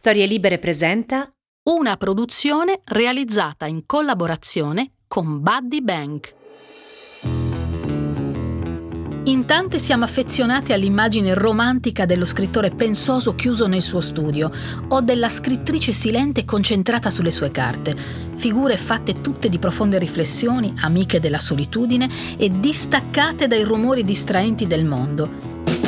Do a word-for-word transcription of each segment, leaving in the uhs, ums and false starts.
Storie Libere presenta una produzione realizzata in collaborazione con Buddy Bank. In tante siamo affezionati all'immagine romantica dello scrittore pensoso chiuso nel suo studio o della scrittrice silente concentrata sulle sue carte, figure fatte tutte di profonde riflessioni, amiche della solitudine e distaccate dai rumori distraenti del mondo.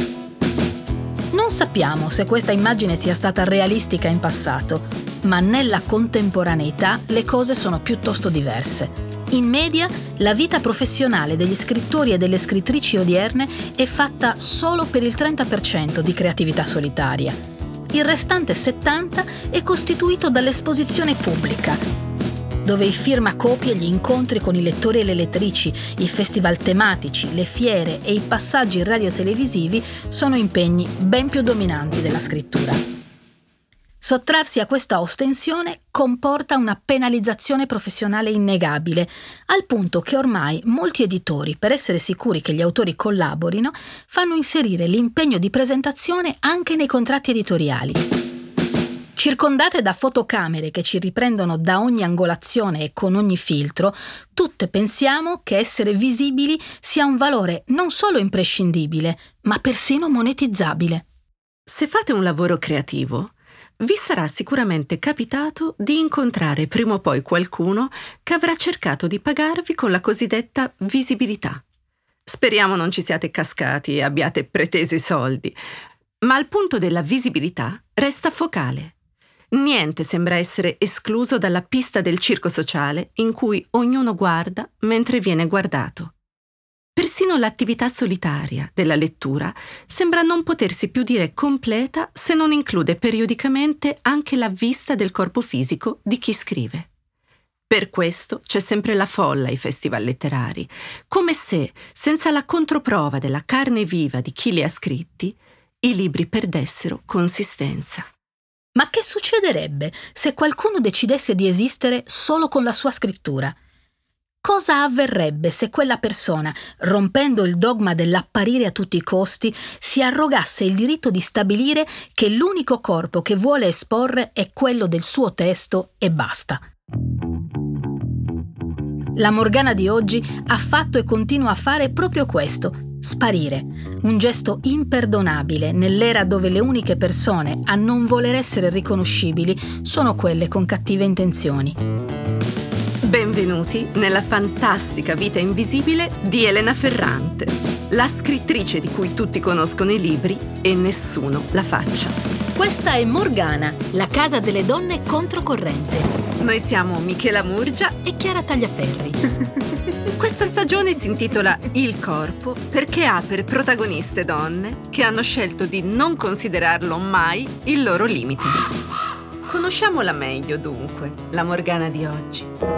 Non sappiamo se questa immagine sia stata realistica in passato, ma nella contemporaneità le cose sono piuttosto diverse. In media, la vita professionale degli scrittori e delle scrittrici odierne è fatta solo per il trenta per cento di creatività solitaria. Il restante settanta per cento è costituito dall'esposizione pubblica, dove i firmacopie, gli incontri con i lettori e le lettrici, i festival tematici, le fiere e i passaggi radiotelevisivi sono impegni ben più dominanti della scrittura. Sottrarsi a questa ostensione comporta una penalizzazione professionale innegabile, al punto che ormai molti editori, per essere sicuri che gli autori collaborino, fanno inserire l'impegno di presentazione anche nei contratti editoriali. Circondate da fotocamere che ci riprendono da ogni angolazione e con ogni filtro, tutte pensiamo che essere visibili sia un valore non solo imprescindibile, ma persino monetizzabile. Se fate un lavoro creativo, vi sarà sicuramente capitato di incontrare prima o poi qualcuno che avrà cercato di pagarvi con la cosiddetta visibilità. Speriamo non ci siate cascati e abbiate preteso i soldi, ma il punto della visibilità resta focale. Niente sembra essere escluso dalla pista del circo sociale in cui ognuno guarda mentre viene guardato. Persino l'attività solitaria della lettura sembra non potersi più dire completa se non include periodicamente anche la vista del corpo fisico di chi scrive. Per questo c'è sempre la folla ai festival letterari, come se, senza la controprova della carne viva di chi li ha scritti, i libri perdessero consistenza. Ma che succederebbe se qualcuno decidesse di esistere solo con la sua scrittura? Cosa avverrebbe se quella persona, rompendo il dogma dell'apparire a tutti i costi, si arrogasse il diritto di stabilire che l'unico corpo che vuole esporre è quello del suo testo e basta? La Morgana di oggi ha fatto e continua a fare proprio questo, sparire, un gesto imperdonabile nell'era dove le uniche persone a non voler essere riconoscibili sono quelle con cattive intenzioni. Benvenuti nella fantastica vita invisibile di Elena Ferrante, la scrittrice di cui tutti conoscono i libri e nessuno la faccia. Questa è Morgana, la casa delle donne controcorrente. Noi siamo Michela Murgia e Chiara Tagliaferri. Questa stagione si intitola Il corpo perché ha per protagoniste donne che hanno scelto di non considerarlo mai il loro limite. Conosciamola meglio dunque, la Morgana di oggi.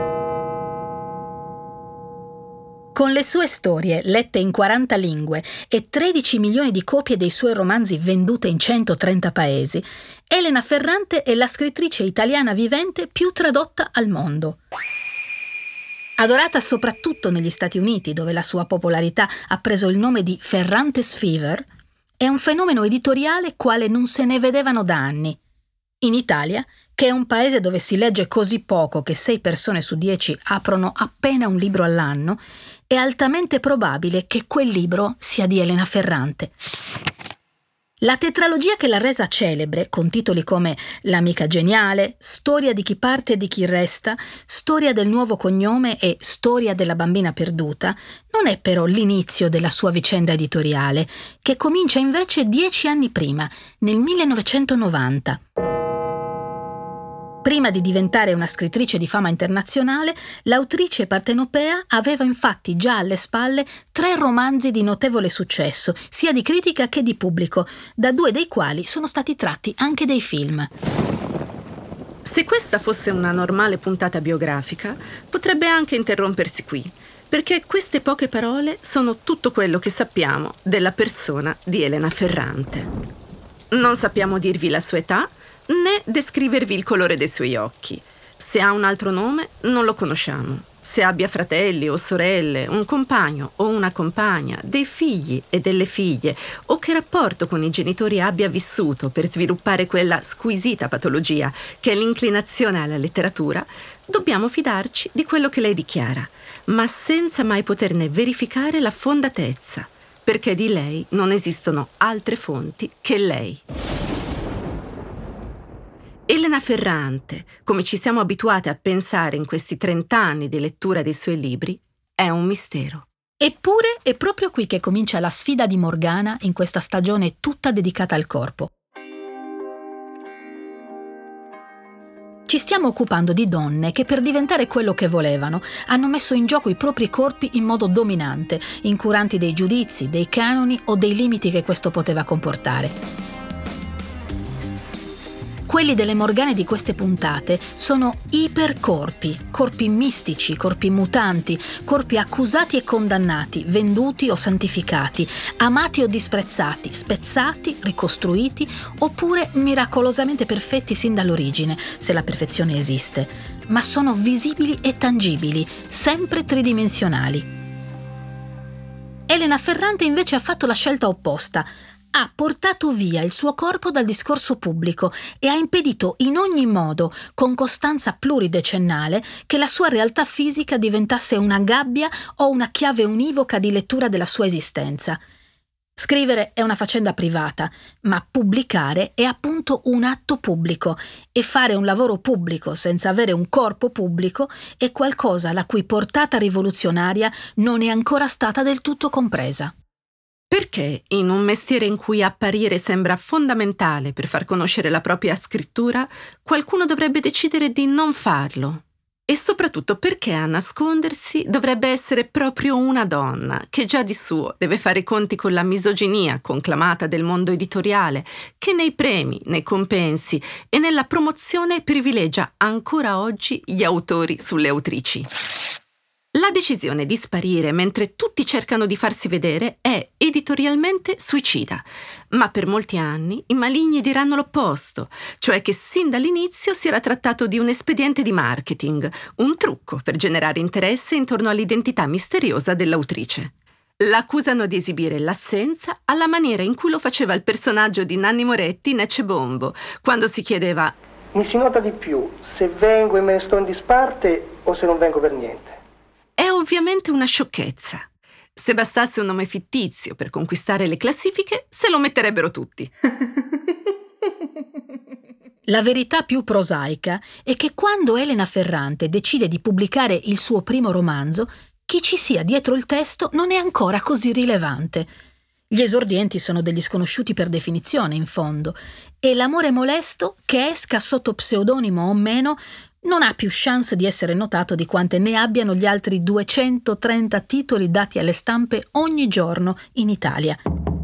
Con le sue storie, lette in quaranta lingue, e tredici milioni di copie dei suoi romanzi vendute in centotrenta paesi, Elena Ferrante è la scrittrice italiana vivente più tradotta al mondo. Adorata soprattutto negli Stati Uniti, dove la sua popolarità ha preso il nome di Ferrantes Fever, è un fenomeno editoriale quale non se ne vedevano da anni. In Italia, che è un paese dove si legge così poco che sei persone su dieci aprono appena un libro all'anno, è altamente probabile che quel libro sia di Elena Ferrante. La tetralogia che l'ha resa celebre, con titoli come L'amica geniale, Storia di chi parte e di chi resta, Storia del nuovo cognome e Storia della bambina perduta, non è però l'inizio della sua vicenda editoriale, che comincia invece dieci anni prima, nel millenovecentonovanta. Prima di diventare una scrittrice di fama internazionale, l'autrice partenopea aveva infatti già alle spalle tre romanzi di notevole successo, sia di critica che di pubblico, da due dei quali sono stati tratti anche dei film. Se questa fosse una normale puntata biografica, potrebbe anche interrompersi qui, perché queste poche parole sono tutto quello che sappiamo della persona di Elena Ferrante. Non sappiamo dirvi la sua età, né descrivervi il colore dei suoi occhi. Se ha un altro nome, non lo conosciamo. se abbia fratelli o sorelle, un compagno o una compagna, dei figli e delle figlie, o che rapporto con i genitori abbia vissuto per sviluppare quella squisita patologia che è l'inclinazione alla letteratura, dobbiamo fidarci di quello che lei dichiara, ma senza mai poterne verificare la fondatezza, perché di lei non esistono altre fonti che lei. Elena Ferrante, come ci siamo abituate a pensare in questi trent'anni di lettura dei suoi libri, è un mistero. Eppure è proprio qui che comincia la sfida di Morgana in questa stagione tutta dedicata al corpo. Ci stiamo occupando di donne che per diventare quello che volevano hanno messo in gioco i propri corpi in modo dominante, incuranti dei giudizi, dei canoni o dei limiti che questo poteva comportare. Quelli delle Morgane di queste puntate sono ipercorpi, corpi mistici, corpi mutanti, corpi accusati e condannati, venduti o santificati, amati o disprezzati, spezzati, ricostruiti, oppure miracolosamente perfetti sin dall'origine, se la perfezione esiste, ma sono visibili e tangibili, sempre tridimensionali. Elena Ferrante invece ha fatto la scelta opposta. Ha portato via il suo corpo dal discorso pubblico e ha impedito in ogni modo, con costanza pluridecennale, che la sua realtà fisica diventasse una gabbia o una chiave univoca di lettura della sua esistenza. Scrivere è una faccenda privata, ma pubblicare è appunto un atto pubblico e fare un lavoro pubblico senza avere un corpo pubblico è qualcosa la cui portata rivoluzionaria non è ancora stata del tutto compresa. Perché in un mestiere in cui apparire sembra fondamentale per far conoscere la propria scrittura, qualcuno dovrebbe decidere di non farlo? E soprattutto perché a nascondersi dovrebbe essere proprio una donna, che già di suo deve fare i conti con la misoginia conclamata del mondo editoriale, che nei premi, nei compensi e nella promozione privilegia ancora oggi gli autori sulle autrici. La decisione di sparire mentre tutti cercano di farsi vedere è editorialmente suicida, ma per molti anni i maligni diranno l'opposto, cioè che sin dall'inizio si era trattato di un espediente di marketing, un trucco per generare interesse intorno all'identità misteriosa dell'autrice. L'accusano di esibire l'assenza alla maniera in cui lo faceva il personaggio di Nanni Moretti in Ecce Bombo, quando si chiedeva: mi si nota di più se vengo e me ne sto in disparte o se non vengo per niente. È ovviamente una sciocchezza. Se bastasse un nome fittizio per conquistare le classifiche, se lo metterebbero tutti. La verità più prosaica è che quando Elena Ferrante decide di pubblicare il suo primo romanzo, chi ci sia dietro il testo non è ancora così rilevante. Gli esordienti sono degli sconosciuti per definizione, in fondo, e l'amore molesto, che esca sotto pseudonimo o meno, non ha più chance di essere notato di quante ne abbiano gli altri duecentotrenta titoli dati alle stampe ogni giorno in Italia.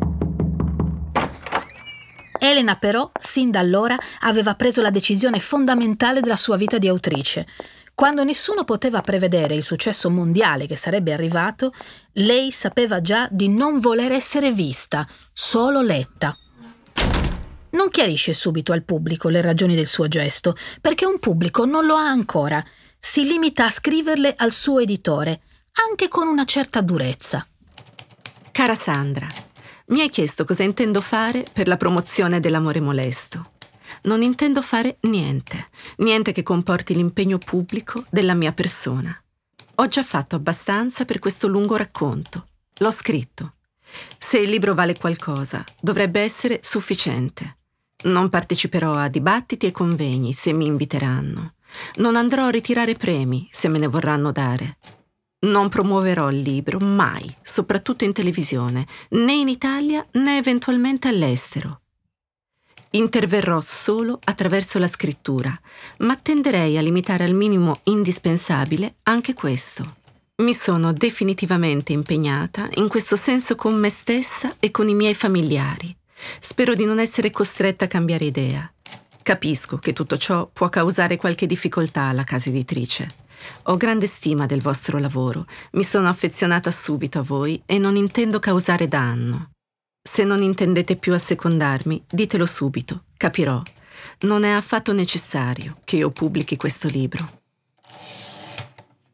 Elena però, sin da allora, aveva preso la decisione fondamentale della sua vita di autrice. Quando nessuno poteva prevedere il successo mondiale che sarebbe arrivato, lei sapeva già di non voler essere vista, solo letta. Non chiarisce subito al pubblico le ragioni del suo gesto, perché un pubblico non lo ha ancora. Si limita a scriverle al suo editore, anche con una certa durezza. Cara Sandra, mi hai chiesto cosa intendo fare per la promozione dell'amore molesto. Non intendo fare niente, niente che comporti l'impegno pubblico della mia persona. Ho già fatto abbastanza per questo lungo racconto. L'ho scritto. Se il libro vale qualcosa, dovrebbe essere sufficiente. Non parteciperò a dibattiti e convegni se mi inviteranno. Non andrò a ritirare premi se me ne vorranno dare. Non promuoverò il libro mai, soprattutto in televisione, né in Italia né eventualmente all'estero. Interverrò solo attraverso la scrittura, ma tenderei a limitare al minimo indispensabile anche questo. Mi sono definitivamente impegnata in questo senso con me stessa e con i miei familiari. Spero di non essere costretta a cambiare idea. Capisco che tutto ciò può causare qualche difficoltà alla casa editrice. Ho grande stima del vostro lavoro, mi sono affezionata subito a voi e non intendo causare danno. Se non intendete più assecondarmi, ditelo subito, capirò. Non è affatto necessario che io pubblichi questo libro.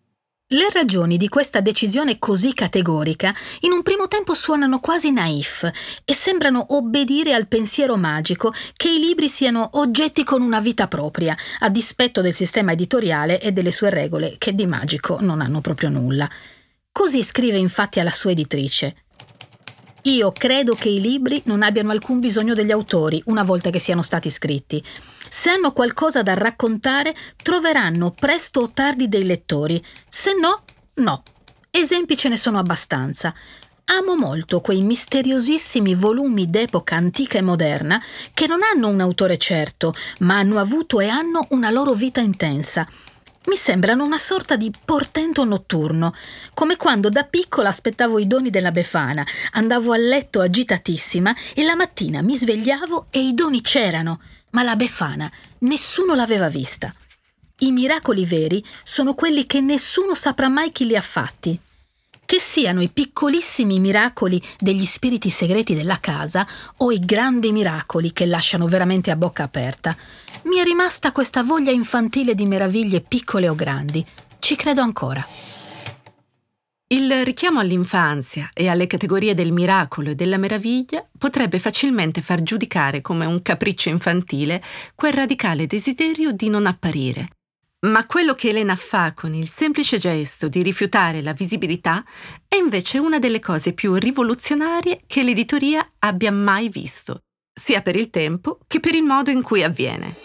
Le ragioni di questa decisione così categorica in un primo tempo suonano quasi naif e sembrano obbedire al pensiero magico che i libri siano oggetti con una vita propria, a dispetto del sistema editoriale e delle sue regole che di magico non hanno proprio nulla. Così scrive infatti alla sua editrice: «Io credo che i libri non abbiano alcun bisogno degli autori una volta che siano stati scritti. Se hanno qualcosa da raccontare, troveranno presto o tardi dei lettori. Se no, no. Esempi ce ne sono abbastanza. Amo molto quei misteriosissimi volumi d'epoca antica e moderna che non hanno un autore certo, ma hanno avuto e hanno una loro vita intensa. Mi sembrano una sorta di portento notturno, come quando da piccola aspettavo i doni della Befana, andavo a letto agitatissima e la mattina mi svegliavo e i doni c'erano, ma la Befana nessuno l'aveva vista. I miracoli veri sono quelli che nessuno saprà mai chi li ha fatti. Che siano i piccolissimi miracoli degli spiriti segreti della casa o i grandi miracoli che lasciano veramente a bocca aperta, mi è rimasta questa voglia infantile di meraviglie piccole o grandi. Ci credo ancora». Il richiamo all'infanzia e alle categorie del miracolo e della meraviglia potrebbe facilmente far giudicare come un capriccio infantile quel radicale desiderio di non apparire. Ma quello che Elena fa con il semplice gesto di rifiutare la visibilità è invece una delle cose più rivoluzionarie che l'editoria abbia mai visto, sia per il tempo che per il modo in cui avviene.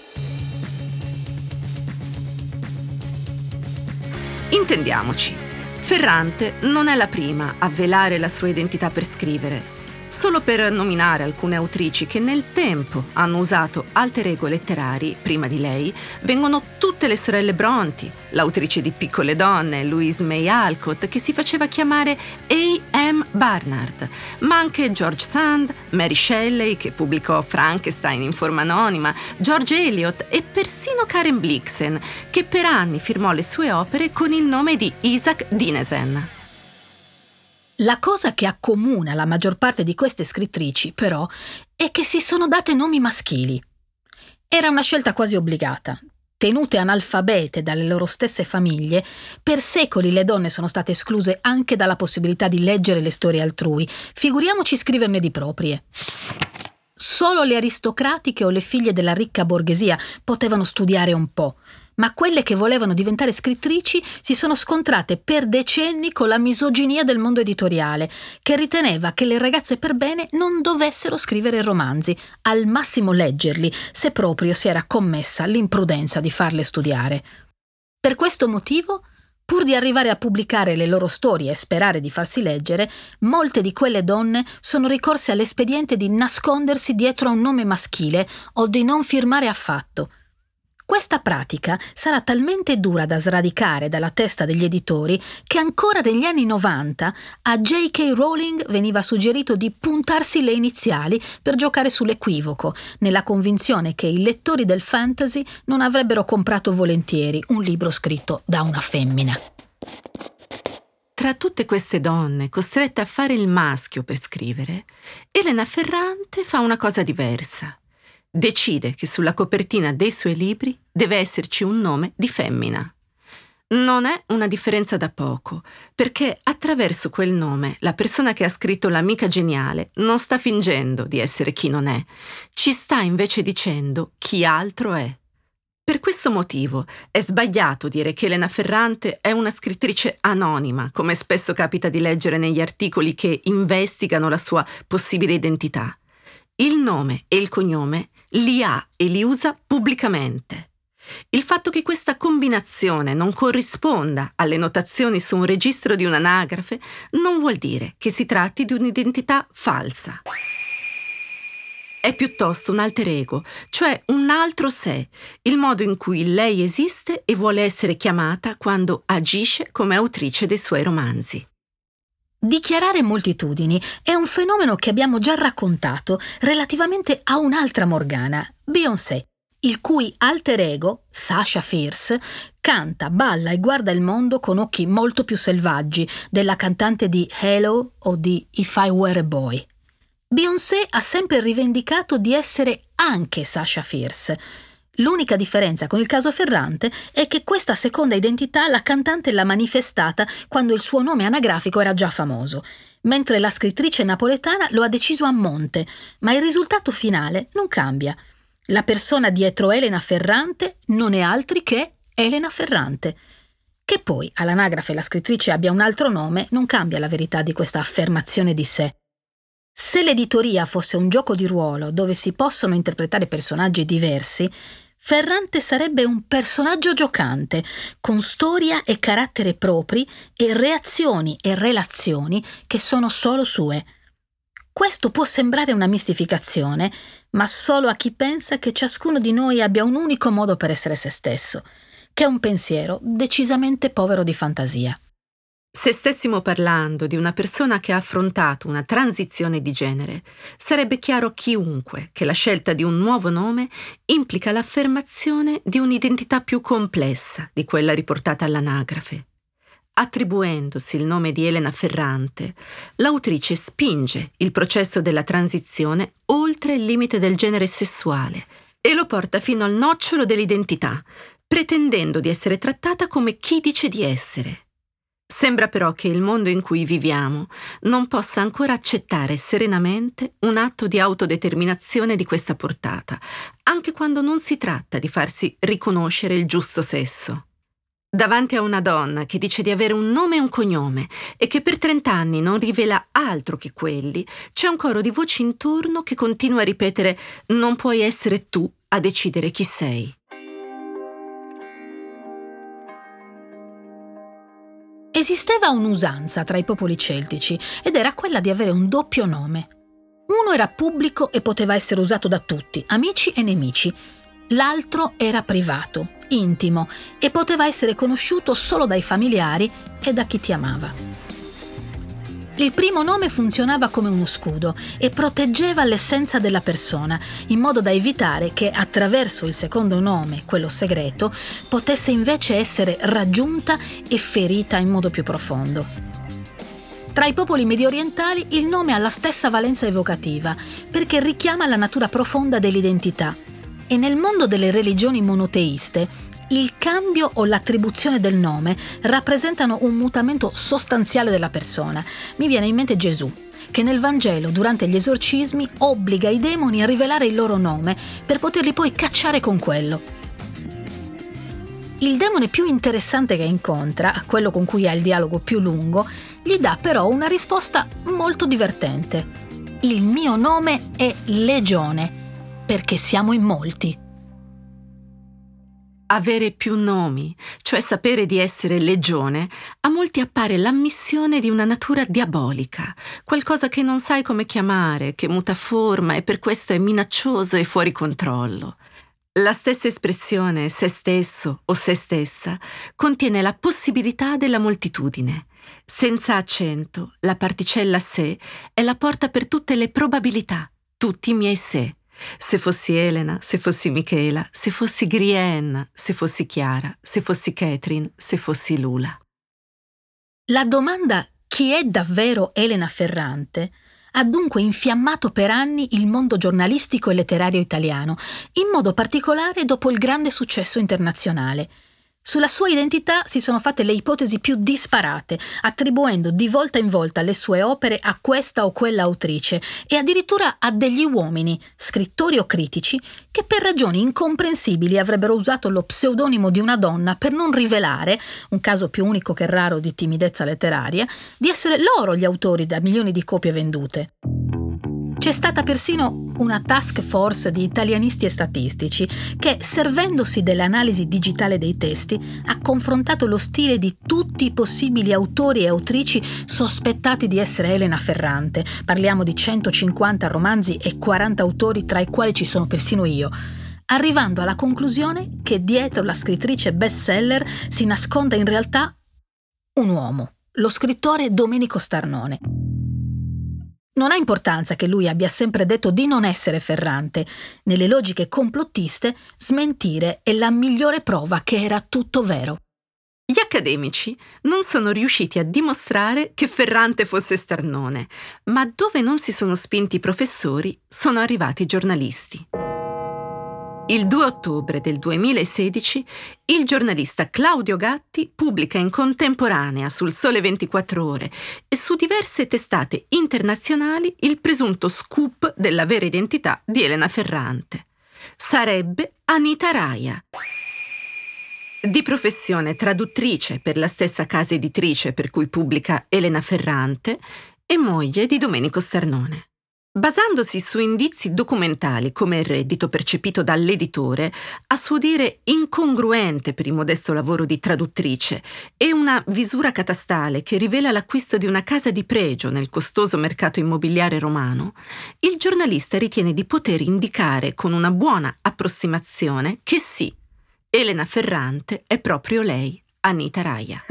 Intendiamoci, Ferrante non è la prima a velare la sua identità per scrivere. Solo per nominare alcune autrici che nel tempo hanno usato alter ego letterari prima di lei, vengono tutte le sorelle Brontë, l'autrice di Piccole donne, Louise May Alcott, che si faceva chiamare A M Barnard, ma anche George Sand, Mary Shelley, che pubblicò Frankenstein in forma anonima, George Eliot e persino Karen Blixen, che per anni firmò le sue opere con il nome di Isaac Dinesen. La cosa che accomuna la maggior parte di queste scrittrici, però, è che si sono date nomi maschili. Era una scelta quasi obbligata. Tenute analfabete dalle loro stesse famiglie, per secoli le donne sono state escluse anche dalla possibilità di leggere le storie altrui, figuriamoci scriverne di proprie. Solo le aristocratiche o le figlie della ricca borghesia potevano studiare un po', ma quelle che volevano diventare scrittrici si sono scontrate per decenni con la misoginia del mondo editoriale, che riteneva che le ragazze per bene non dovessero scrivere romanzi, al massimo leggerli, se proprio si era commessa l'imprudenza di farle studiare. Per questo motivo, pur di arrivare a pubblicare le loro storie e sperare di farsi leggere, molte di quelle donne sono ricorse all'espediente di nascondersi dietro a un nome maschile o di non firmare affatto. Questa pratica sarà talmente dura da sradicare dalla testa degli editori che ancora negli anni novanta a J K Rowling veniva suggerito di puntarsi le iniziali per giocare sull'equivoco, nella convinzione che i lettori del fantasy non avrebbero comprato volentieri un libro scritto da una femmina. Tra tutte queste donne costrette a fare il maschio per scrivere, Elena Ferrante fa una cosa diversa. Decide che sulla copertina dei suoi libri deve esserci un nome di femmina. Non è una differenza da poco, perché attraverso quel nome la persona che ha scritto L'amica geniale non sta fingendo di essere chi non è, ci sta invece dicendo chi altro è. Per questo motivo è sbagliato dire che Elena Ferrante è una scrittrice anonima, come spesso capita di leggere negli articoli che investigano la sua possibile identità. Il nome e il cognome li ha e li usa pubblicamente. Il fatto che questa combinazione non corrisponda alle notazioni su un registro di un'anagrafe non vuol dire che si tratti di un'identità falsa. È piuttosto un alter ego, cioè un altro sé, il modo in cui lei esiste e vuole essere chiamata quando agisce come autrice dei suoi romanzi. Dichiarare moltitudini è un fenomeno che abbiamo già raccontato relativamente a un'altra Morgana, Beyoncé, il cui alter ego, Sasha Fierce, canta, balla e guarda il mondo con occhi molto più selvaggi della cantante di Hello o di If I Were a Boy. Beyoncé ha sempre rivendicato di essere anche Sasha Fierce. L'unica differenza con il caso Ferrante è che questa seconda identità la cantante l'ha manifestata quando il suo nome anagrafico era già famoso, mentre la scrittrice napoletana lo ha deciso a monte, ma il risultato finale non cambia. La persona dietro Elena Ferrante non è altri che Elena Ferrante. Che poi all'anagrafe la scrittrice abbia un altro nome non cambia la verità di questa affermazione di sé. Se l'editoria fosse un gioco di ruolo dove si possono interpretare personaggi diversi, Ferrante sarebbe un personaggio giocante, con storia e carattere propri e reazioni e relazioni che sono solo sue. Questo può sembrare una mistificazione, ma solo a chi pensa che ciascuno di noi abbia un unico modo per essere se stesso, che è un pensiero decisamente povero di fantasia. Se stessimo parlando di una persona che ha affrontato una transizione di genere, sarebbe chiaro a chiunque che la scelta di un nuovo nome implica l'affermazione di un'identità più complessa di quella riportata all'anagrafe. Attribuendosi il nome di Elena Ferrante, l'autrice spinge il processo della transizione oltre il limite del genere sessuale e lo porta fino al nocciolo dell'identità, pretendendo di essere trattata come chi dice di essere. Sembra però che il mondo in cui viviamo non possa ancora accettare serenamente un atto di autodeterminazione di questa portata, anche quando non si tratta di farsi riconoscere il giusto sesso. Davanti a una donna che dice di avere un nome e un cognome e che per trent'anni non rivela altro che quelli, c'è un coro di voci intorno che continua a ripetere «Non puoi essere tu a decidere chi sei». Esisteva un'usanza tra i popoli celtici ed era quella di avere un doppio nome. Uno era pubblico e poteva essere usato da tutti, amici e nemici. L'altro era privato, intimo e poteva essere conosciuto solo dai familiari e da chi ti amava. Il primo nome funzionava come uno scudo e proteggeva l'essenza della persona, in modo da evitare che attraverso il secondo nome, quello segreto, potesse invece essere raggiunta e ferita in modo più profondo. Tra i popoli mediorientali il nome ha la stessa valenza evocativa, perché richiama la natura profonda dell'identità. E nel mondo delle religioni monoteiste, il cambio o l'attribuzione del nome rappresentano un mutamento sostanziale della persona. Mi viene in mente Gesù, che nel Vangelo, durante gli esorcismi, obbliga i demoni a rivelare il loro nome per poterli poi cacciare con quello. Il demone più interessante che incontra, quello con cui ha il dialogo più lungo, gli dà però una risposta molto divertente. Il mio nome è Legione, perché siamo in molti. Avere più nomi, cioè sapere di essere legione, a molti appare l'ammissione di una natura diabolica, qualcosa che non sai come chiamare, che muta forma e per questo è minaccioso e fuori controllo. La stessa espressione se stesso o se stessa contiene la possibilità della moltitudine. Senza accento, la particella se è la porta per tutte le probabilità, tutti i miei se. Se fossi Elena, se fossi Michela, se fossi Grienne, se fossi Chiara, se fossi Catherine, se fossi Lula. La domanda «Chi è davvero Elena Ferrante?» ha dunque infiammato per anni il mondo giornalistico e letterario italiano, in modo particolare dopo il grande successo internazionale. Sulla sua identità si sono fatte le ipotesi più disparate, attribuendo di volta in volta le sue opere a questa o quella autrice e addirittura a degli uomini, scrittori o critici, che per ragioni incomprensibili avrebbero usato lo pseudonimo di una donna per non rivelare, un caso più unico che raro di timidezza letteraria, di essere loro gli autori da milioni di copie vendute. C'è stata persino una task force di italianisti e statistici che, servendosi dell'analisi digitale dei testi, ha confrontato lo stile di tutti i possibili autori e autrici sospettati di essere Elena Ferrante. Parliamo di centocinquanta romanzi e quaranta autori, tra i quali ci sono persino io, arrivando alla conclusione che dietro la scrittrice bestseller si nasconda in realtà un uomo, lo scrittore Domenico Starnone. Non ha importanza che lui abbia sempre detto di non essere Ferrante. Nelle logiche complottiste, smentire è la migliore prova che era tutto vero. Gli accademici non sono riusciti a dimostrare che Ferrante fosse Starnone, ma dove non si sono spinti i professori sono arrivati i giornalisti. Il due ottobre del duemilasedici il giornalista Claudio Gatti pubblica in contemporanea sul Sole ventiquattro Ore e su diverse testate internazionali il presunto scoop della vera identità di Elena Ferrante. Sarebbe Anita Raia. Di professione traduttrice per la stessa casa editrice per cui pubblica Elena Ferrante e moglie di Domenico Starnone. Basandosi su indizi documentali come il reddito percepito dall'editore, a suo dire incongruente per il modesto lavoro di traduttrice, e una visura catastale che rivela l'acquisto di una casa di pregio nel costoso mercato immobiliare romano, il giornalista ritiene di poter indicare con una buona approssimazione che sì, Elena Ferrante è proprio lei, Anita Raia.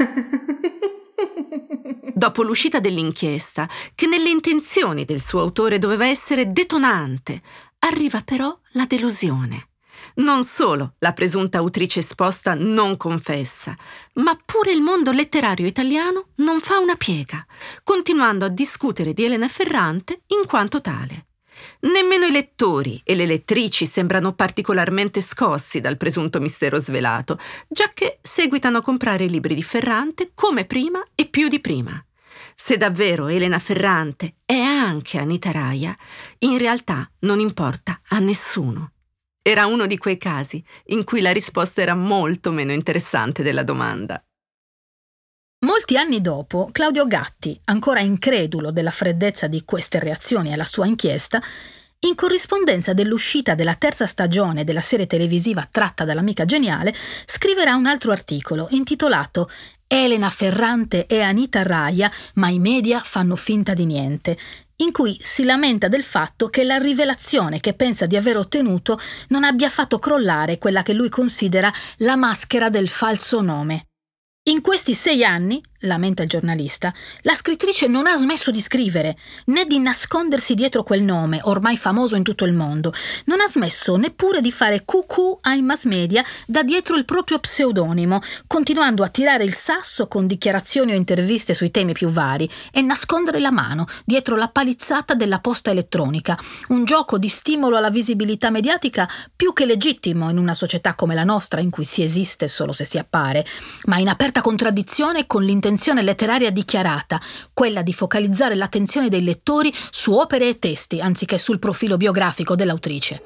Dopo l'uscita dell'inchiesta, che nelle intenzioni del suo autore doveva essere detonante, arriva però la delusione. Non solo la presunta autrice esposta non confessa, ma pure il mondo letterario italiano non fa una piega, continuando a discutere di Elena Ferrante in quanto tale. Nemmeno i lettori e le lettrici sembrano particolarmente scossi dal presunto mistero svelato, giacché seguitano a comprare i libri di Ferrante come prima e più di prima. Se davvero Elena Ferrante è anche Anita Raia, in realtà non importa a nessuno. Era uno di quei casi in cui la risposta era molto meno interessante della domanda. Molti anni dopo, Claudio Gatti, ancora incredulo della freddezza di queste reazioni alla sua inchiesta, in corrispondenza dell'uscita della terza stagione della serie televisiva tratta dall'Amica Geniale, scriverà un altro articolo intitolato Elena Ferrante e Anita Raia, ma i media fanno finta di niente, in cui si lamenta del fatto che la rivelazione che pensa di aver ottenuto non abbia fatto crollare quella che lui considera la maschera del falso nome. In questi sei anni, lamenta il giornalista, la scrittrice non ha smesso di scrivere, né di nascondersi dietro quel nome, ormai famoso in tutto il mondo. Non ha smesso neppure di fare cucù ai mass media da dietro il proprio pseudonimo, continuando a tirare il sasso con dichiarazioni o interviste sui temi più vari e nascondere la mano dietro la palizzata della posta elettronica, un gioco di stimolo alla visibilità mediatica più che legittimo in una società come la nostra in cui si esiste solo se si appare, ma in aperta contraddizione con l'intenzione letteraria dichiarata, quella di focalizzare l'attenzione dei lettori su opere e testi anziché sul profilo biografico dell'autrice.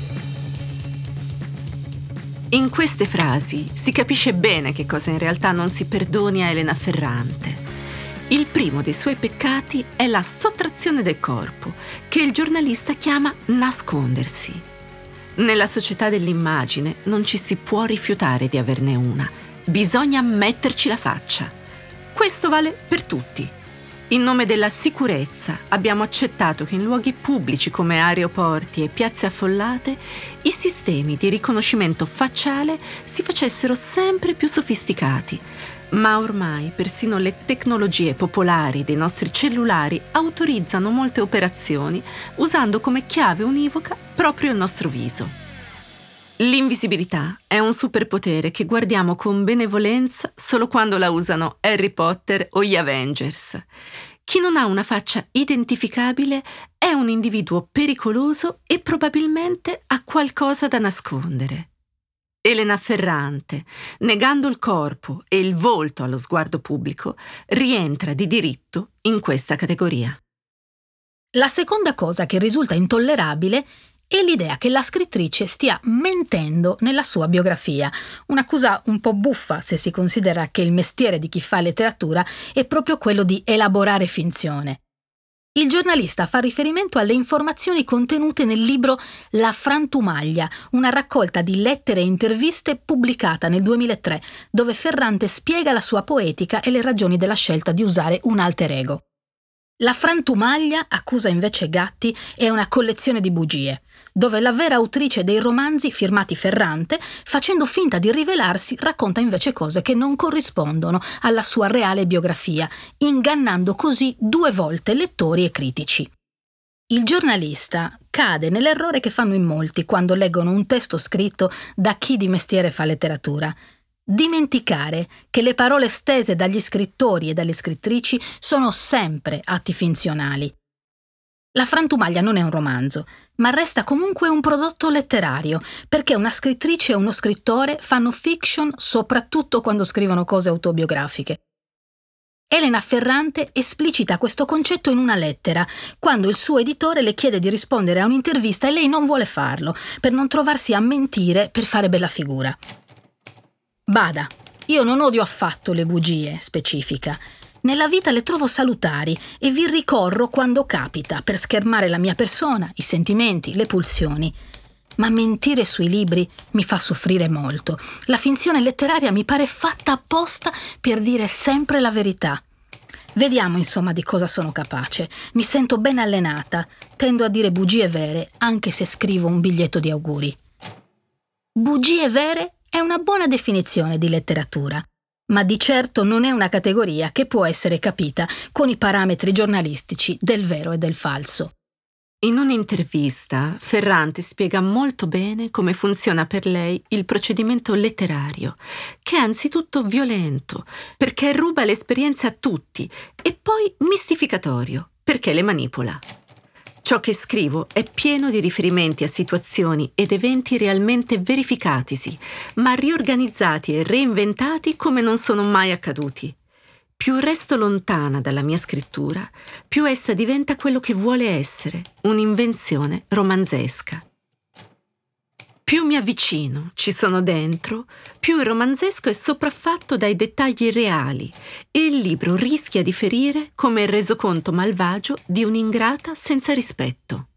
In queste frasi si capisce bene che cosa in realtà non si perdoni a Elena Ferrante. Il primo dei suoi peccati è la sottrazione del corpo, che il giornalista chiama nascondersi. Nella società dell'immagine non ci si può rifiutare di averne una. Bisogna metterci la faccia. Questo vale per tutti. In nome della sicurezza abbiamo accettato che in luoghi pubblici come aeroporti e piazze affollate i sistemi di riconoscimento facciale si facessero sempre più sofisticati. Ma ormai persino le tecnologie popolari dei nostri cellulari autorizzano molte operazioni usando come chiave univoca proprio il nostro viso. L'invisibilità è un superpotere che guardiamo con benevolenza solo quando la usano Harry Potter o gli Avengers. Chi non ha una faccia identificabile è un individuo pericoloso e probabilmente ha qualcosa da nascondere. Elena Ferrante, negando il corpo e il volto allo sguardo pubblico, rientra di diritto in questa categoria. La seconda cosa che risulta intollerabile è l'idea che la scrittrice stia mentendo nella sua biografia, un'accusa un po' buffa se si considera che il mestiere di chi fa letteratura è proprio quello di elaborare finzione. Il giornalista fa riferimento alle informazioni contenute nel libro La frantumaglia, una raccolta di lettere e interviste pubblicata nel duemilatré, dove Ferrante spiega la sua poetica e le ragioni della scelta di usare un alter ego. La frantumaglia, accusa invece Gatti, è una collezione di bugie, dove la vera autrice dei romanzi firmati Ferrante, facendo finta di rivelarsi, racconta invece cose che non corrispondono alla sua reale biografia, ingannando così due volte lettori e critici. Il giornalista cade nell'errore che fanno in molti quando leggono un testo scritto da chi di mestiere fa letteratura. Dimenticare che le parole stese dagli scrittori e dalle scrittrici sono sempre atti finzionali. La Frantumaglia non è un romanzo, ma resta comunque un prodotto letterario, perché una scrittrice e uno scrittore fanno fiction soprattutto quando scrivono cose autobiografiche. Elena Ferrante esplicita questo concetto in una lettera, quando il suo editore le chiede di rispondere a un'intervista e lei non vuole farlo, per non trovarsi a mentire per fare bella figura. Bada, io non odio affatto le bugie, specifica. Nella vita le trovo salutari e vi ricorro quando capita per schermare la mia persona, i sentimenti, le pulsioni. Ma mentire sui libri mi fa soffrire molto. La finzione letteraria mi pare fatta apposta per dire sempre la verità. Vediamo insomma di cosa sono capace. Mi sento ben allenata. Tendo a dire bugie vere anche se scrivo un biglietto di auguri. Bugie vere è una buona definizione di letteratura, ma di certo non è una categoria che può essere capita con i parametri giornalistici del vero e del falso. In un'intervista, Ferrante spiega molto bene come funziona per lei il procedimento letterario, che è anzitutto violento, perché ruba l'esperienza a tutti, e poi mistificatorio, perché le manipola. Ciò che scrivo è pieno di riferimenti a situazioni ed eventi realmente verificatisi, ma riorganizzati e reinventati come non sono mai accaduti. Più resto lontana dalla mia scrittura, più essa diventa quello che vuole essere, un'invenzione romanzesca. Più mi avvicino, ci sono dentro, più il romanzesco è sopraffatto dai dettagli reali e il libro rischia di ferire come il resoconto malvagio di un'ingrata senza rispetto.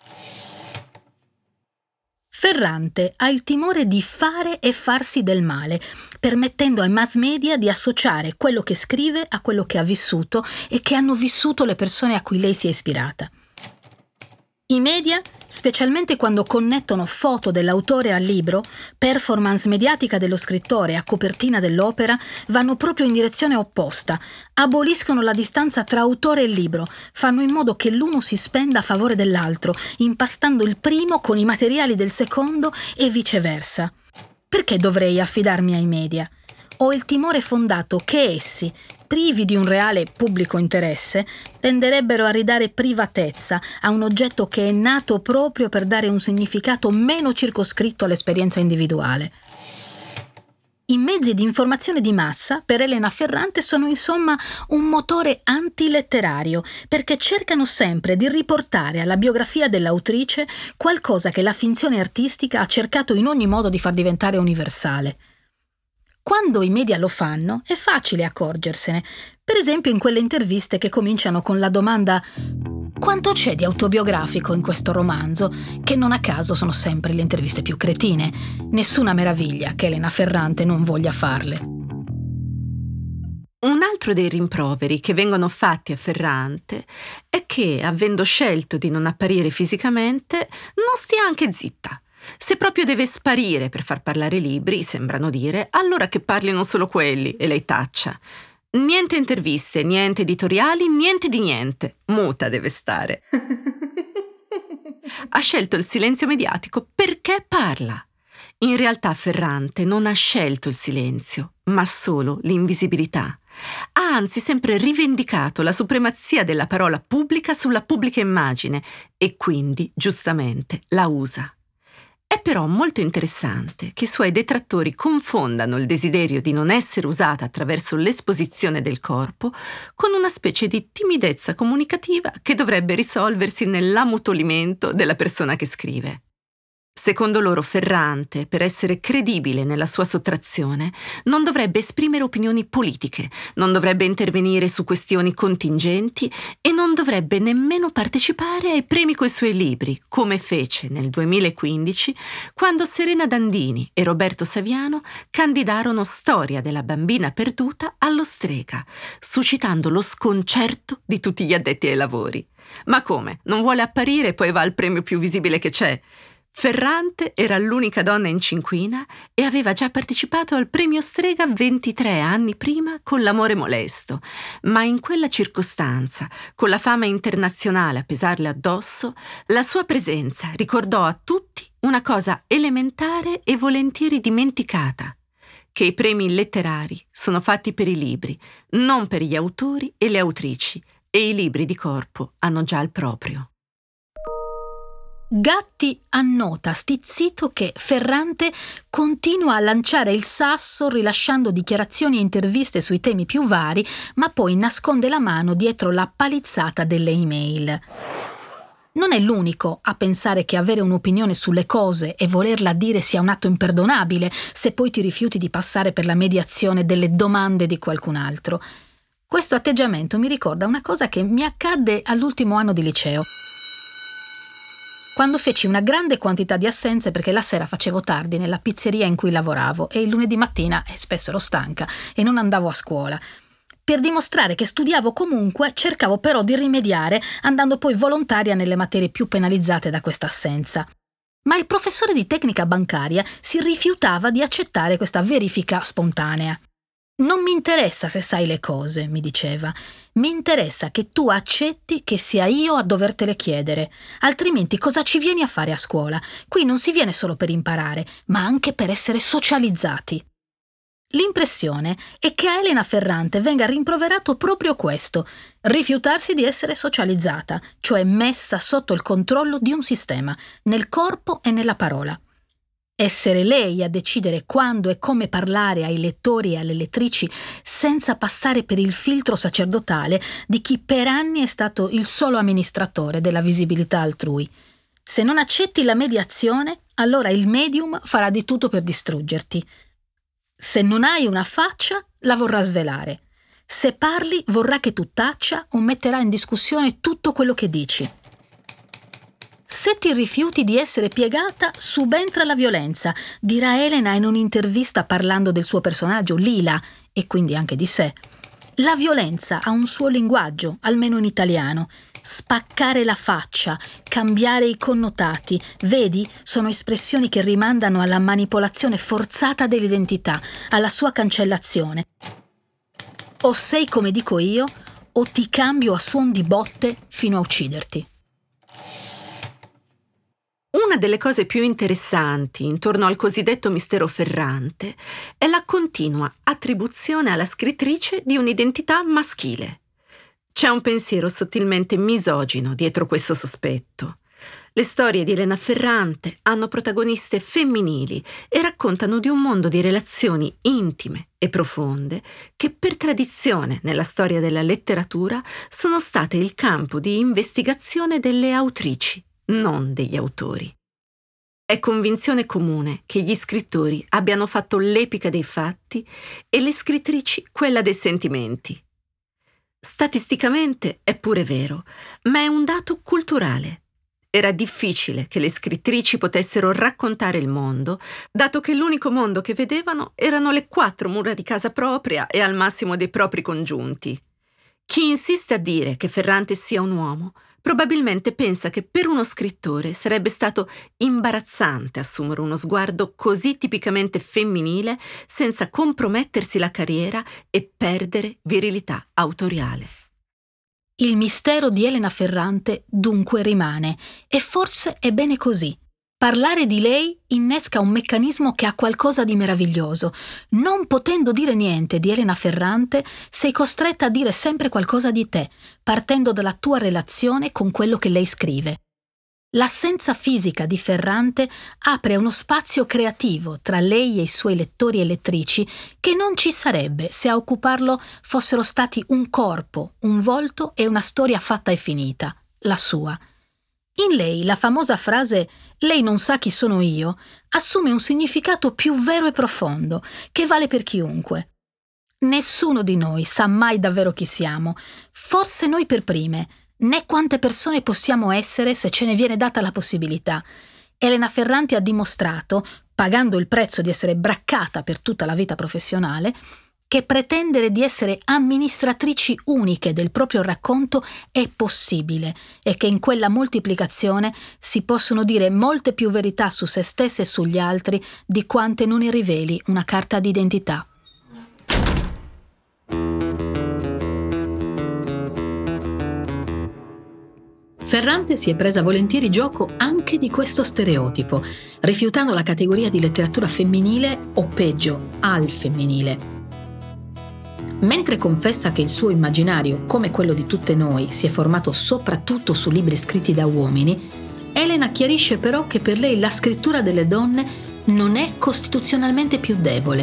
Ferrante ha il timore di fare e farsi del male, permettendo ai mass media di associare quello che scrive a quello che ha vissuto e che hanno vissuto le persone a cui lei si è ispirata. I media, specialmente quando connettono foto dell'autore al libro, performance mediatica dello scrittore a copertina dell'opera, vanno proprio in direzione opposta, aboliscono la distanza tra autore e libro, fanno in modo che l'uno si spenda a favore dell'altro, impastando il primo con i materiali del secondo e viceversa. Perché dovrei affidarmi ai media? Ho il timore fondato che essi, privi di un reale pubblico interesse, tenderebbero a ridare privatezza a un oggetto che è nato proprio per dare un significato meno circoscritto all'esperienza individuale. I mezzi di informazione di massa per Elena Ferrante sono insomma un motore antiletterario, perché cercano sempre di riportare alla biografia dell'autrice qualcosa che la finzione artistica ha cercato in ogni modo di far diventare universale. Quando i media lo fanno, è facile accorgersene. Per esempio in quelle interviste che cominciano con la domanda «Quanto c'è di autobiografico in questo romanzo?» che non a caso sono sempre le interviste più cretine. Nessuna meraviglia che Elena Ferrante non voglia farle. Un altro dei rimproveri che vengono fatti a Ferrante è che, avendo scelto di non apparire fisicamente, non stia anche zitta. Se proprio deve sparire per far parlare i libri, sembrano dire, allora che parlino solo quelli, e lei taccia. Niente interviste, niente editoriali, niente di niente. Muta deve stare. Ha scelto il silenzio mediatico perché parla. In realtà Ferrante non ha scelto il silenzio, ma solo l'invisibilità. Ha anzi sempre rivendicato la supremazia della parola pubblica sulla pubblica immagine e quindi, giustamente, la usa. È però molto interessante che i suoi detrattori confondano il desiderio di non essere usata attraverso l'esposizione del corpo con una specie di timidezza comunicativa che dovrebbe risolversi nell'ammutolimento della persona che scrive. Secondo loro Ferrante, per essere credibile nella sua sottrazione, non dovrebbe esprimere opinioni politiche, non dovrebbe intervenire su questioni contingenti e non dovrebbe nemmeno partecipare ai premi coi suoi libri, come fece nel duemilaquindici quando Serena Dandini e Roberto Saviano candidarono Storia della bambina perduta allo Strega, suscitando lo sconcerto di tutti gli addetti ai lavori. Ma come? Non vuole apparire e poi va al premio più visibile che c'è? Ferrante era l'unica donna in cinquina e aveva già partecipato al premio Strega ventitré anni prima con L'amore molesto, ma in quella circostanza, con la fama internazionale a pesarle addosso, la sua presenza ricordò a tutti una cosa elementare e volentieri dimenticata, che i premi letterari sono fatti per i libri, non per gli autori e le autrici, e i libri di corpo hanno già il proprio. Gatti annota stizzito che Ferrante continua a lanciare il sasso rilasciando dichiarazioni e interviste sui temi più vari, ma poi nasconde la mano dietro la palizzata delle email. Non è l'unico a pensare che avere un'opinione sulle cose e volerla dire sia un atto imperdonabile se poi ti rifiuti di passare per la mediazione delle domande di qualcun altro. Questo atteggiamento mi ricorda una cosa che mi accadde all'ultimo anno di liceo, quando feci una grande quantità di assenze perché la sera facevo tardi nella pizzeria in cui lavoravo e il lunedì mattina eh, spesso ero stanca e non andavo a scuola. Per dimostrare che studiavo comunque, cercavo però di rimediare andando poi volontaria nelle materie più penalizzate da questa assenza. Ma il professore di tecnica bancaria si rifiutava di accettare questa verifica spontanea. Non mi interessa se sai le cose, mi diceva. Mi interessa che tu accetti che sia io a dovertele chiedere. Altrimenti cosa ci vieni a fare a scuola? Qui non si viene solo per imparare, ma anche per essere socializzati. L'impressione è che a Elena Ferrante venga rimproverato proprio questo, rifiutarsi di essere socializzata, cioè messa sotto il controllo di un sistema, nel corpo e nella parola. Essere lei a decidere quando e come parlare ai lettori e alle lettrici senza passare per il filtro sacerdotale di chi per anni è stato il solo amministratore della visibilità altrui. Se non accetti la mediazione, allora il medium farà di tutto per distruggerti. Se non hai una faccia, la vorrà svelare. Se parli, vorrà che tu taccia o metterà in discussione tutto quello che dici. Se ti rifiuti di essere piegata, subentra la violenza, dirà Elena in un'intervista parlando del suo personaggio Lila, e quindi anche di sé. La violenza ha un suo linguaggio, almeno in italiano. Spaccare la faccia, cambiare i connotati, vedi, sono espressioni che rimandano alla manipolazione forzata dell'identità, alla sua cancellazione. O sei come dico io, o ti cambio a suon di botte fino a ucciderti. Una delle cose più interessanti intorno al cosiddetto mistero Ferrante è la continua attribuzione alla scrittrice di un'identità maschile. C'è un pensiero sottilmente misogino dietro questo sospetto. Le storie di Elena Ferrante hanno protagoniste femminili e raccontano di un mondo di relazioni intime e profonde che per tradizione nella storia della letteratura sono state il campo di investigazione delle autrici, non degli autori. È convinzione comune che gli scrittori abbiano fatto l'epica dei fatti e le scrittrici quella dei sentimenti. Statisticamente è pure vero, ma è un dato culturale. Era difficile che le scrittrici potessero raccontare il mondo, dato che l'unico mondo che vedevano erano le quattro mura di casa propria e al massimo dei propri congiunti. Chi insiste a dire che Ferrante sia un uomo, probabilmente pensa che per uno scrittore sarebbe stato imbarazzante assumere uno sguardo così tipicamente femminile senza compromettersi la carriera e perdere virilità autoriale. Il mistero di Elena Ferrante dunque rimane, e forse è bene così. Parlare di lei innesca un meccanismo che ha qualcosa di meraviglioso. Non potendo dire niente di Elena Ferrante, sei costretta a dire sempre qualcosa di te, partendo dalla tua relazione con quello che lei scrive. L'assenza fisica di Ferrante apre uno spazio creativo tra lei e i suoi lettori e lettrici che non ci sarebbe se a occuparlo fossero stati un corpo, un volto e una storia fatta e finita, la sua. In lei la famosa frase «lei non sa chi sono io» assume un significato più vero e profondo, che vale per chiunque. Nessuno di noi sa mai davvero chi siamo, forse noi per prime, né quante persone possiamo essere se ce ne viene data la possibilità. Elena Ferrante ha dimostrato, pagando il prezzo di essere braccata per tutta la vita professionale, che pretendere di essere amministratrici uniche del proprio racconto è possibile e che in quella moltiplicazione si possono dire molte più verità su se stesse e sugli altri di quante non ne riveli una carta d'identità. Ferrante si è presa volentieri gioco anche di questo stereotipo, rifiutando la categoria di letteratura femminile o peggio, al femminile. Mentre confessa che il suo immaginario, come quello di tutte noi, si è formato soprattutto su libri scritti da uomini, Elena chiarisce però che per lei la scrittura delle donne non è costituzionalmente più debole.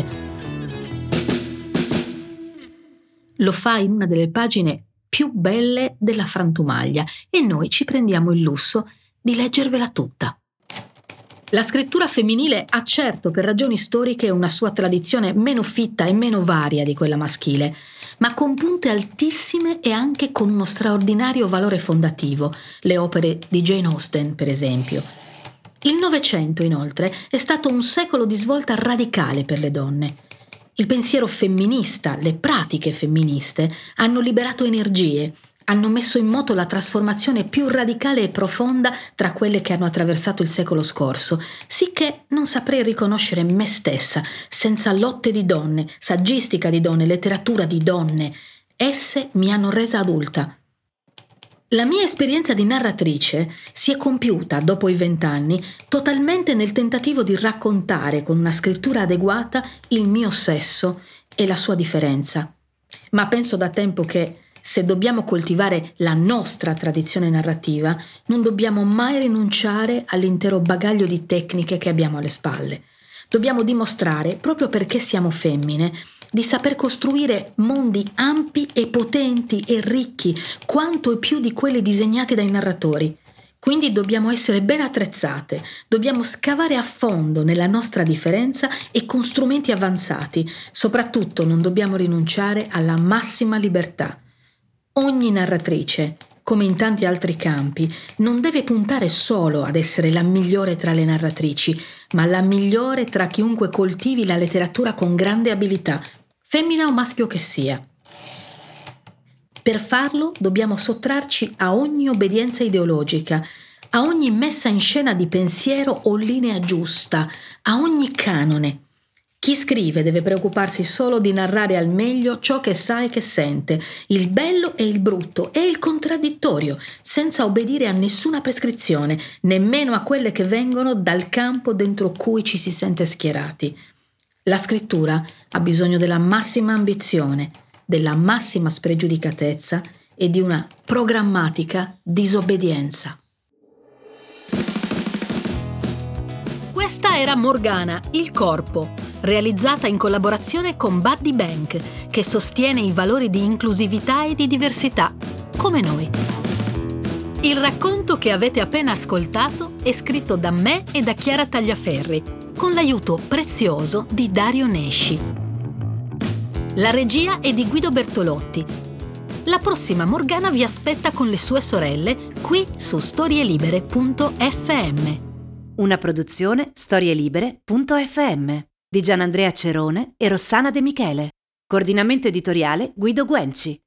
Lo fa in una delle pagine più belle della Frantumaglia e noi ci prendiamo il lusso di leggervela tutta. La scrittura femminile ha certo per ragioni storiche una sua tradizione meno fitta e meno varia di quella maschile, ma con punte altissime e anche con uno straordinario valore fondativo, le opere di Jane Austen, per esempio. Il Novecento, inoltre, è stato un secolo di svolta radicale per le donne. Il pensiero femminista, le pratiche femministe hanno liberato energie, hanno messo in moto la trasformazione più radicale e profonda tra quelle che hanno attraversato il secolo scorso, sicché non saprei riconoscere me stessa senza lotte di donne, saggistica di donne, letteratura di donne. Esse mi hanno resa adulta. La mia esperienza di narratrice si è compiuta, dopo i vent'anni, totalmente nel tentativo di raccontare con una scrittura adeguata il mio sesso e la sua differenza. Ma penso da tempo che se dobbiamo coltivare la nostra tradizione narrativa, non dobbiamo mai rinunciare all'intero bagaglio di tecniche che abbiamo alle spalle. Dobbiamo dimostrare, proprio perché siamo femmine, di saper costruire mondi ampi e potenti e ricchi, quanto e più di quelli disegnati dai narratori. Quindi dobbiamo essere ben attrezzate, dobbiamo scavare a fondo nella nostra differenza e con strumenti avanzati. Soprattutto non dobbiamo rinunciare alla massima libertà. Ogni narratrice, come in tanti altri campi, non deve puntare solo ad essere la migliore tra le narratrici, ma la migliore tra chiunque coltivi la letteratura con grande abilità, femmina o maschio che sia. Per farlo dobbiamo sottrarci a ogni obbedienza ideologica, a ogni messa in scena di pensiero o linea giusta, a ogni canone. Chi scrive deve preoccuparsi solo di narrare al meglio ciò che sa e che sente, il bello e il brutto e il contraddittorio, senza obbedire a nessuna prescrizione, nemmeno a quelle che vengono dal campo dentro cui ci si sente schierati. La scrittura ha bisogno della massima ambizione, della massima spregiudicatezza e di una programmatica disobbedienza. Questa era Morgana, il corpo, realizzata in collaborazione con Buddy Bank, che sostiene i valori di inclusività e di diversità, come noi. Il racconto che avete appena ascoltato è scritto da me e da Chiara Tagliaferri, con l'aiuto prezioso di Dario Nesci. La regia è di Guido Bertolotti. La prossima Morgana vi aspetta con le sue sorelle qui su storielibere punto effe emme. Una produzione storielibere punto effe emme di Gianandrea Cerone e Rossana De Michele. Coordinamento editoriale Guido Guenci.